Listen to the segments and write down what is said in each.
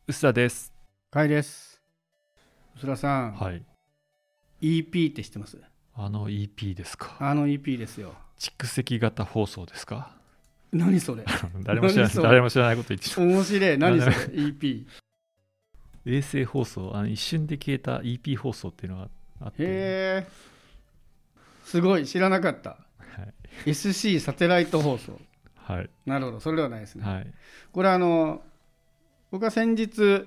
臼田です。 かいです。臼田さん、 はい。 EP って知ってます？ EP ですか。 EP ですよ。 蓄積型放送ですか。 何それ誰も知らない、 何それ誰も知らないこと言ってしまう。 面白い。何それ何 EP。 衛星放送、一瞬で消えた EP 放送っていうのがあって、 へえ、すごい。知らなかった。 はい、 SC サテライト放送。 はい、 なるほど。それではないですね。 はい、 これ僕は先日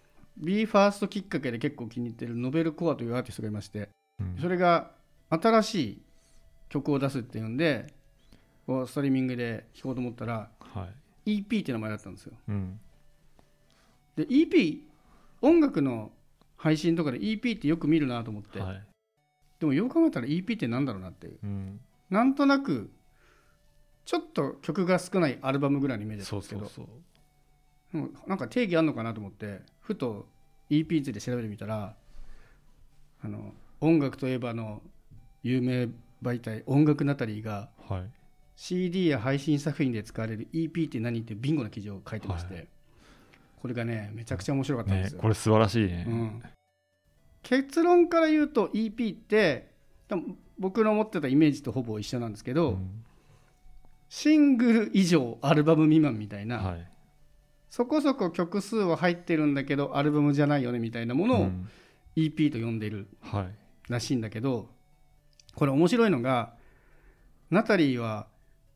BE:FIRST きっかけで結構気に入ってるノベルコアというアーティストがいまして、それが新しい曲を出すっていうんで、ストリーミングで聴こうと思ったら、 はい、 EP って名前だったんですよ。 うん、 で EP、 音楽の配信とかで EP ってよく見るなと思って、 はい、 でもよく考えたら EP ってなんだろうなっていう、なんとなくちょっと曲が少ないアルバムぐらいのイメージだったんですけど、でもなんか定義あるのかなと思ってふと EP について調べてみたら、音楽といえば有名媒体音楽ナタリーが、 はい、 CD や配信作品で使われる EP って何ってビンゴの記事を書いてまして、はい、これがねめちゃくちゃ面白かったんですよ、 これ素晴らしいね、 結論から言うと EP って僕の思ってたイメージとほぼ一緒なんですけど、シングル以上アルバム未満みたいな、はい、そこそこ曲数は入ってるんだけどアルバムじゃないよねみたいなものを EP と呼んでるらしいんだけど、これ面白いのがナタリーは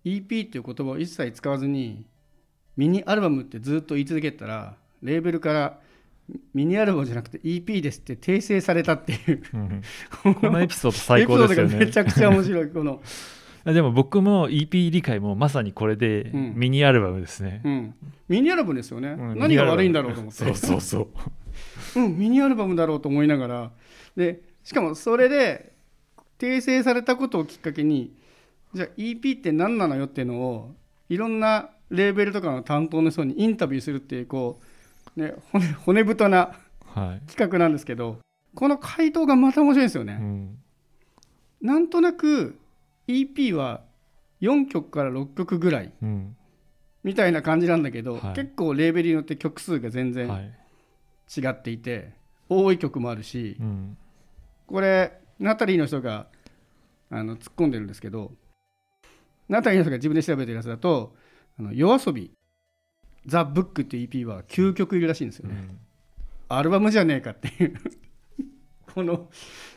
EP っていう言葉を一切使わずにミニアルバムってずっと言い続けたらレーベルからミニアルバムじゃなくて EP ですって訂正されたっていう、 このエピソード最高ですよね。 エピソードがめちゃくちゃ面白いこのでも僕も EP 理解もまさにこれでミニアルバムですね、 ミニアルバムですよね、何が悪いんだろうと思ってそうミニアルバムだろうと思いながら、でしかもそれで訂正されたことをきっかけにじゃあ EP って何なのよっていうのをいろんなレーベルとかの担当の人にインタビューするっていう骨太な企画なんですけど、この回答がまた面白いんですよね、なんとなく EP は4曲から6曲ぐらい、みたいな感じなんだけど、結構レーベルによって曲数が全然違っていて、多い曲もあるし、これナタリーの人が突っ込んでるんですけど、ナタリーの人が自分で調べてるやつだとYOASOBIザ・ブックっていう EP は9曲いるらしいんですよね、アルバムじゃねえかっていうこの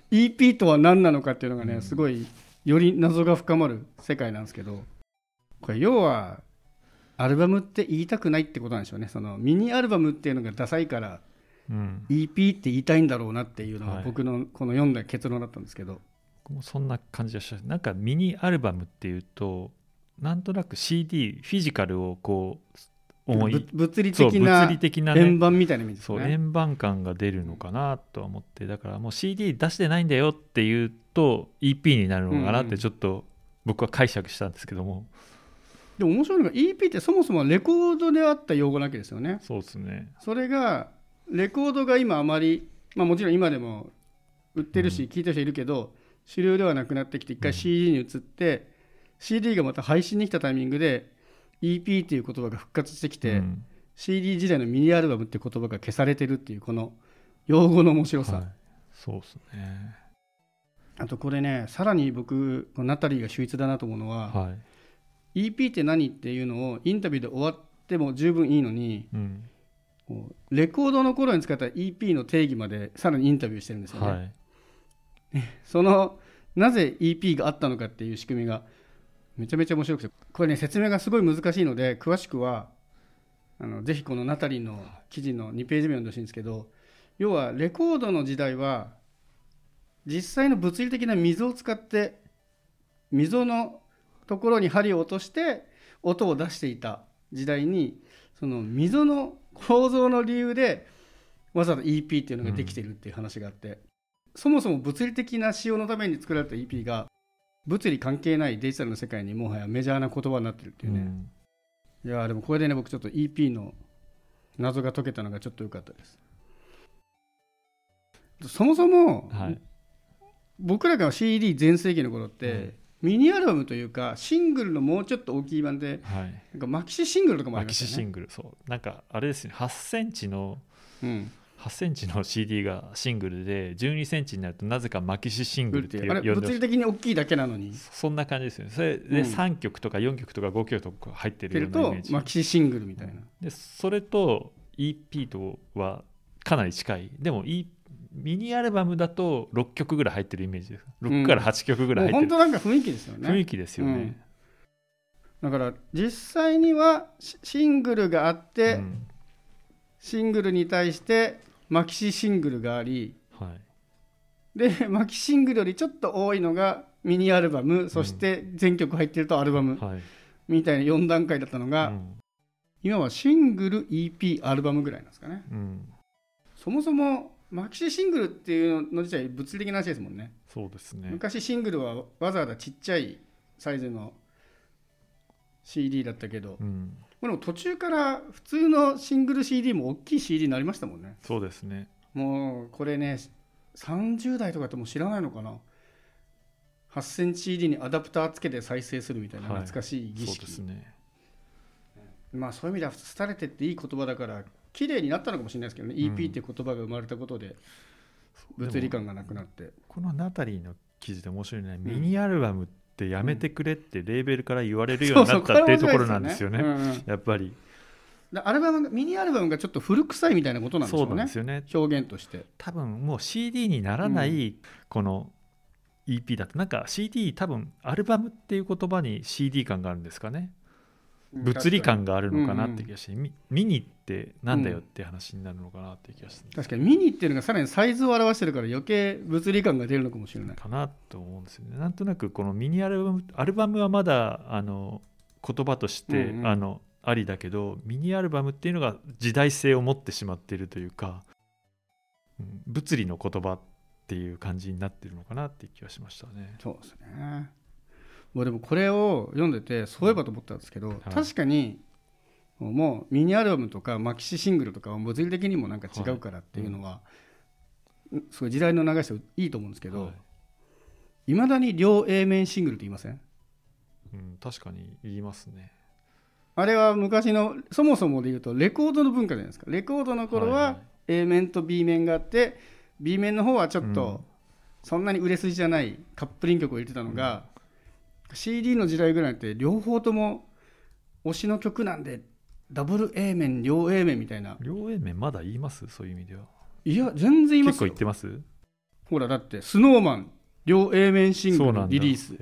EP とは何なのかっていうのがね、すごいより謎が深まる世界なんですけど、これ要はアルバムって言いたくないってことなんでしょうね。そのミニアルバムっていうのがダサいから、EP って言いたいんだろうなっていうのが僕のこの読んだ結論だったんですけど、 僕もそんな感じがした。なんかミニアルバムっていうとなんとなく CD フィジカルをこう物理的な、円盤みたいなイメージですね。 そう円盤感が出るのかなとは思って、だからもう CD 出してないんだよっていうと EP になるのかなってちょっと僕は解釈したんですけども、 でも面白いのが EP ってそもそもレコードであった用語なわけですよね。 そうですね。 それがレコードが今あまり、もちろん今でも売ってるし聴いてる人いるけど、主流ではなくなってきて一回 CD に移って、CD がまた配信に来たタイミングでEP っていう言葉が復活してきて、CD 時代のミニアルバムっていう言葉が消されてるっていうこの用語の面白さ、 そうですね。 あとこれね、さらに僕ナタリーが秀逸だなと思うのは、EP って何っていうのをインタビューで終わっても十分いいのに、レコードの頃に使った EP の定義までさらにインタビューしてるんですよね、そのなぜ EP があったのかっていう仕組みがめちゃめちゃ面白くて、これね説明がすごい難しいので詳しくはぜひこのナタリーの記事の2ページ目読んでほしいんですけど、要はレコードの時代は実際の物理的な溝を使って溝のところに針を落として音を出していた時代に、その溝の構造の理由でわざわざ EP っていうのができてるっていう話があって、そもそも物理的な使用のために作られた EP が物理関係ないデジタルの世界にもはやメジャーな言葉になってるっていうね、いやでもこれでね僕ちょっと EP の謎が解けたのがちょっと良かったです。そもそも、僕らが CD 全盛期の頃って、 ミニアルバムというかシングルのもうちょっと大きい版で、 はい、 なんかマキシシングルとかもありましたね。 マキシシングル、そうなんかあれですね、8センチの、8センチの CD がシングルで12センチになるとなぜかマキシシングルって呼んで、 あれ物理的に大きいだけなのに、 そんな感じですよね。それで3曲とか4曲とか5曲とか入ってるようなイメージ、 マキシシングルみたいな、 でそれと EP とはかなり近い。でも、ミニアルバムだと6曲ぐらい入ってるイメージです。6から8曲ぐらい入ってる、 もう本当なんか雰囲気ですよね。 雰囲気ですよね、 だから実際にはシングルがあって、シングルに対してマキシシングルがあり、でマキシシングルよりちょっと多いのがミニアルバム、そして全曲入ってるとアルバム、みたいな4段階だったのが、今はシングル EP アルバムぐらいなんですかね、そもそもマキシシングルっていうの自体物理的な話ですもんね。 そうですね。 昔シングルはわざわざちっちゃいサイズの CD だったけど、でも途中から普通のシングル CD も大きい CD になりましたもんね。 そうですね。 もうこれね、30代とかってもう知らないのかな、8センチ CD にアダプターつけて再生するみたいな懐かしい儀式、 そうですね。 まあそういう意味では廃れてっていい言葉だから綺麗になったのかもしれないですけどね、EP っていう言葉が生まれたことで物理感がなくなって。 このナタリーの記事で面白いのは、ミニアルバムってやめてくれってレーベルから言われるようになったっていうところなんですよね、やっぱりアルバムがミニアルバムがちょっと古臭いみたいなことなんでしょうね。 そうなんですよね、 表現として多分もう CD にならないこの EP だと、なんか CD 多分アルバムっていう言葉に CD 感があるんですかね、物理感があるのかなって気がして、ミニってなんだよって話になるのかなって気がして、 確かにミニっていうのがさらにサイズを表してるから余計物理感が出るのかもしれないかなと思うんですよね。なんとなくこのミニアルバムはまだ言葉として、ありだけど、ミニアルバムっていうのが時代性を持ってしまっているというか、物理の言葉っていう感じになってるのかなっていう気がしましたね。 そうですね。もうでもこれを読んでてそういえばと思ったんですけど、確かにもうミニアルバムとかマキシシングルとかは物理的にもなんか違うからっていうのは、すごい時代の流していいと思うんですけど、いまだに両 A 面シングルって言いません？ 確かに言いますね。 あれは昔のそもそもで言うとレコードの文化じゃないですか。レコードの頃は A 面と B 面があって、B 面の方はちょっとそんなに売れ筋じゃないカップリング曲を入れてたのが、CD の時代ぐらいって両方とも推しの曲なんでダブル A 面両 A 面みたいな。 両 A 面まだ言います？そういう意味では。 いや全然言いますよ。 結構言ってます？ ほらだってスノーマン両 A 面シングルリリース、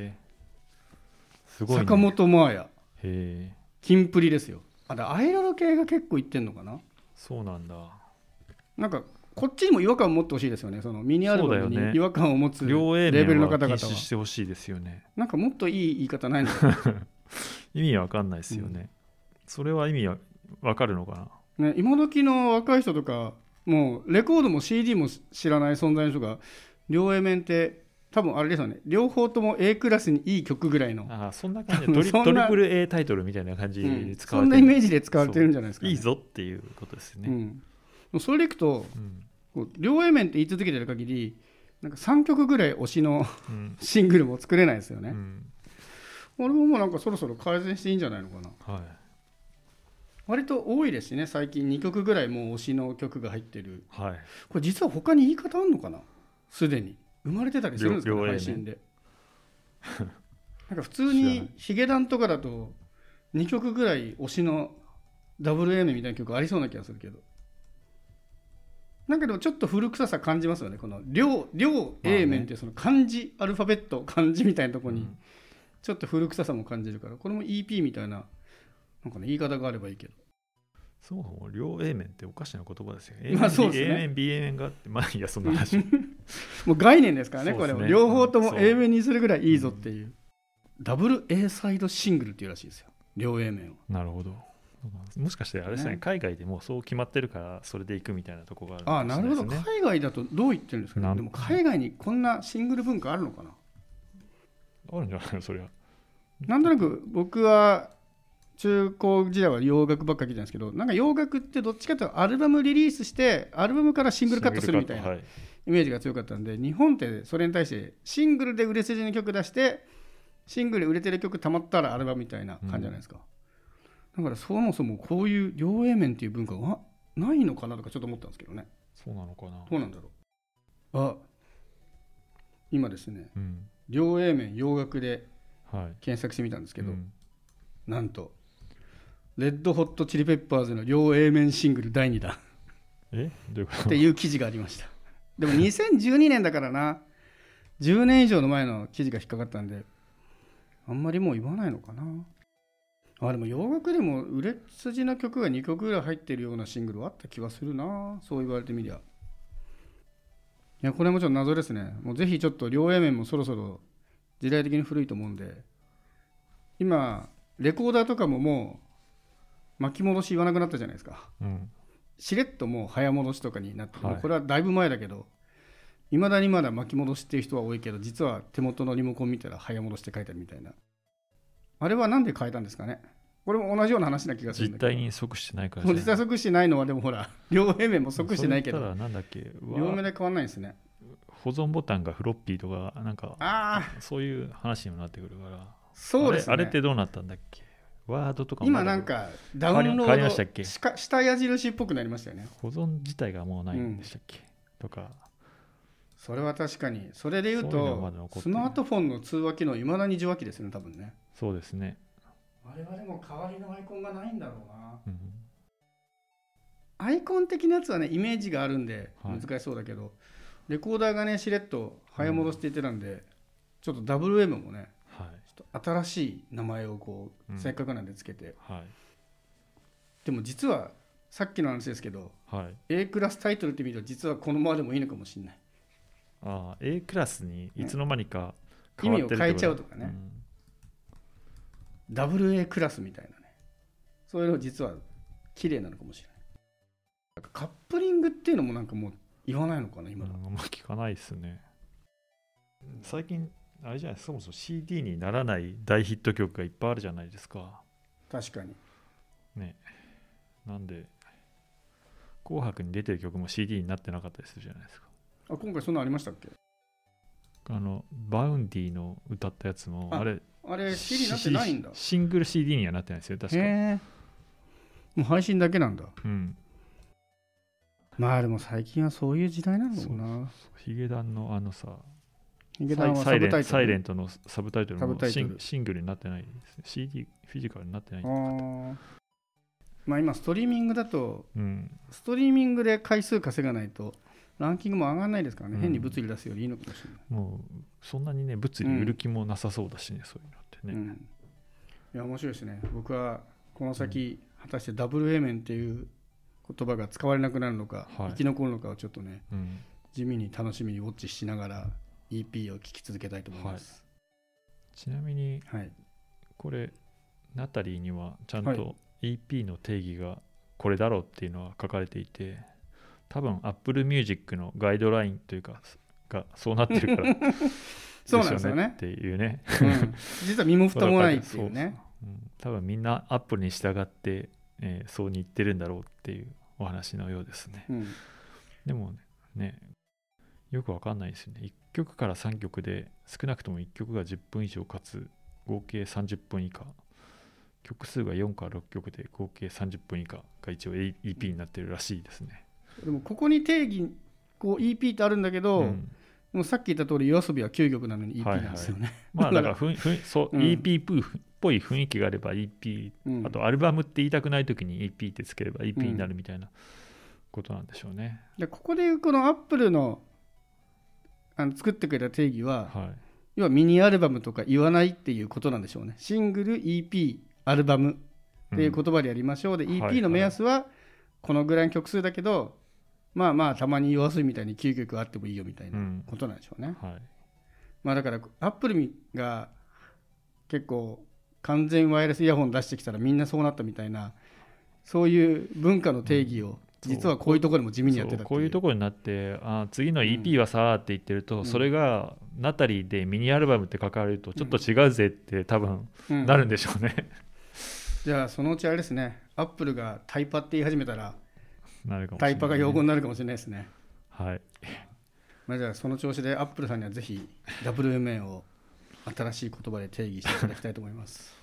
すごいね、 坂本真綾、キンプリですよ。アイドル系が結構言ってんのかな。 そうなんだ。 なんかこっちにも違和感を持ってほしいですよね。そのミニアルバムに違和感を持つレベルの方々は禁止してほしいですよね。 なんかもっといい言い方ないのかな意味わかんないですよね、それは意味わかるのかな、今時の若い人とかもうレコードも CD も知らない存在の人が両 A 面って多分あれですよね、両方とも A クラスにいい曲ぐらいの、 そんな感じでトリプル A タイトルみたいな感じで使われてる、 そんなイメージで使われてるんじゃないですか、ね、 いいぞっていうことですね、 それでいくと、両 A 面って言い続けてる限りなんか3曲ぐらい推しの、シングルも作れないですよね、俺ももうなんかそろそろ改善していいんじゃないのかな、割と多いですしね、最近2曲ぐらいもう推しの曲が入ってる、これ実は他に言い方あるのかな、すでに生まれてたりするんですかね、配信でなんか普通にヒゲダンとかだと2曲ぐらい推しのダブル A 面みたいな曲ありそうな気がするけど、なんかでもちょっと古臭さ感じますよね、この両 A 面っていうその漢字、アルファベット漢字みたいなところにちょっと古臭さも感じるから、これも EP みたいな、なんかね、言い方があればいいけど、 そう両 A 面っておかしな言葉ですよね。 まあそうですね、 A 面 B 面があって、まあいやそんな話もう概念ですからね、これも両方とも A 面にするぐらいいいぞっていう、ダブル A サイドシングルっていうらしいですよ、両 A 面を。 なるほど、もしかしてあれですね、海外でもうそう決まってるからそれでいくみたいなところがあるかもしれないですね。 なるほど、海外だとどう言ってるんですかね。でも海外にこんなシングル文化あるのかな。 あるんじゃないのそれは。 なんとなく僕は中高時代は洋楽ばっかり聞いたんですけど、なんか洋楽ってどっちかというとアルバムリリースしてアルバムからシングルカットするみたいなイメージが強かったんで、日本ってそれに対してシングルで売れ筋の曲出してシングル売れてる曲たまったらアルバムみたいな感じじゃないですか、だからそもそもこういう両 A 面っていう文化がないのかなとかちょっと思ったんですけどね。 そうなのかな。 どうなんだろう。今ですね、両 A 面洋楽で検索してみたんですけど、なんとレッドホットチリペッパーズの両 A 面シングル第2弾どういうことっていう記事がありました。でも2012年だからな、10年以上の前の記事が引っかかったんであんまりもう言わないのかな。でも洋楽でも売れ筋の曲が2曲ぐらい入ってるようなシングルはあった気がするな、そう言われてみりゃ。いやこれもちょっと謎ですね。もうぜひちょっと両 A 面もそろそろ時代的に古いと思うんで、今レコーダーとかももう巻き戻し言わなくなったじゃないですか、しれっともう早戻しとかになって、これはだいぶ前だけどいまだにまだ巻き戻しっていう人は多いけど、実は手元のリモコン見たら早戻しって書いてあるみたいな。あれはなんで変えたんですかね。これも同じような話な気がするんだけど、 実態に即してないからじゃない。 実態即してないのはでもほら両 A 面も即してないけど、 なんだっけ、 両面で変わんないんですね。 保存ボタンがフロッピーとかなんかそういう話にもなってくるから。 そうですね。 あれってどうなったんだっけ。ワードとかも今なんかダウンロード下矢印っぽくなりましたよね。 保存自体がもうないんでしたっけ、とか。 それは確かに。それで言うとスマートフォンの通話機能いまだに受話器ですよね、多分ね。 そうですね。 あれはでも代わりのアイコンがないんだろうな、アイコン的なやつはねイメージがあるんで難しそうだけど、レコーダーがねしれっと早戻していってたんで、ちょっと WM もね、ちょっと新しい名前をこう、せっかくなんでつけて、でも実はさっきの話ですけど、A クラスタイトルって見ると実はこのままでもいいのかもしれない。 A クラスにいつの間にか意味を変えちゃうとかね、WA クラスみたいなね、そういうの実は綺麗なのかもしれない。カップリングっていうのもなんかもう言わないのかな今。 あんま聞かないですね最近。あれじゃない、そもそも CD にならない大ヒット曲がいっぱいあるじゃないですか。 確かにね。なんで紅白に出てる曲も CD になってなかったりするじゃないですか。 今回そんなのありましたっけ。 バウンディの歌ったやつもあれ CD になってないんだ。 シングル CD にはなってないですよ確か。 もう配信だけなんだ。まあでも最近はそういう時代なのかな。 ヒゲダンのヒゲダンはサブタイトル、 サイレントのサブタイトルもシングルになってないですね。 CD フィジカルになってない。 今ストリーミングだと、ストリーミングで回数稼がないとランキングも上がらないですからね、変に物理出すよりいいのかもしれない。 もうそんなにね物理売る気もなさそうだしね、そういうのってね。 いや面白いですね。僕はこの先、果たしてダブル A 面っていう言葉が使われなくなるのか、生き残るのかをちょっとね、地味に楽しみにウォッチしながら EP を聴き続けたいと思います。 ちなみに、これナタリーにはちゃんと EP の定義がこれだろうっていうのは書かれていて、多分 Apple Music のガイドラインというかがそうなってるからそうなんですよねっていうね、 実は身も蓋もないっていうね。 多分みんな Apple に従って、そうに言ってるんだろうっていうお話のようですね。でもね、よくわかんないですよね。1曲から3曲で少なくとも1曲が10分以上かつ合計30分以下、曲数が4から6曲で合計30分以下が一応 EP になってるらしいですね。 でもここに定義EP ってあるんだけど、もうさっき言った通り YOASOBI は9曲なのに EP なんですよね。 まあだからEP っぽい雰囲気があれば EP、あとアルバムって言いたくないときに EP ってつければ EP になるみたいなことなんでしょうね。 でここでいうこの Apple の作ってくれた定義は、要はミニアルバムとか言わないっていうことなんでしょうね。シングル EP アルバムっていう言葉でやりましょう。で EP の目安はこのぐらいの曲数だけど、まあまあたまにYOASOBIみたいに9曲あってもいいよみたいなことなんでしょうね。まあだからアップルが結構完全ワイヤレスイヤホン出してきたらみんなそうなったみたいな、そういう文化の定義を実はこういうところでも地味にやってたっていう。 こういうところになって、次の EP はさって言ってると、それがナタリーでミニアルバムって書かれるとちょっと違うぜって多分なるんでしょうね。 じゃあそのうちあれですね、アップルがタイパって言い始めたらなるかもしれない、 タイパが用語になるかもしれないですね。 はい。 じゃあその調子でアップルさんにはぜひ WMA を新しい言葉で定義していただきたいと思います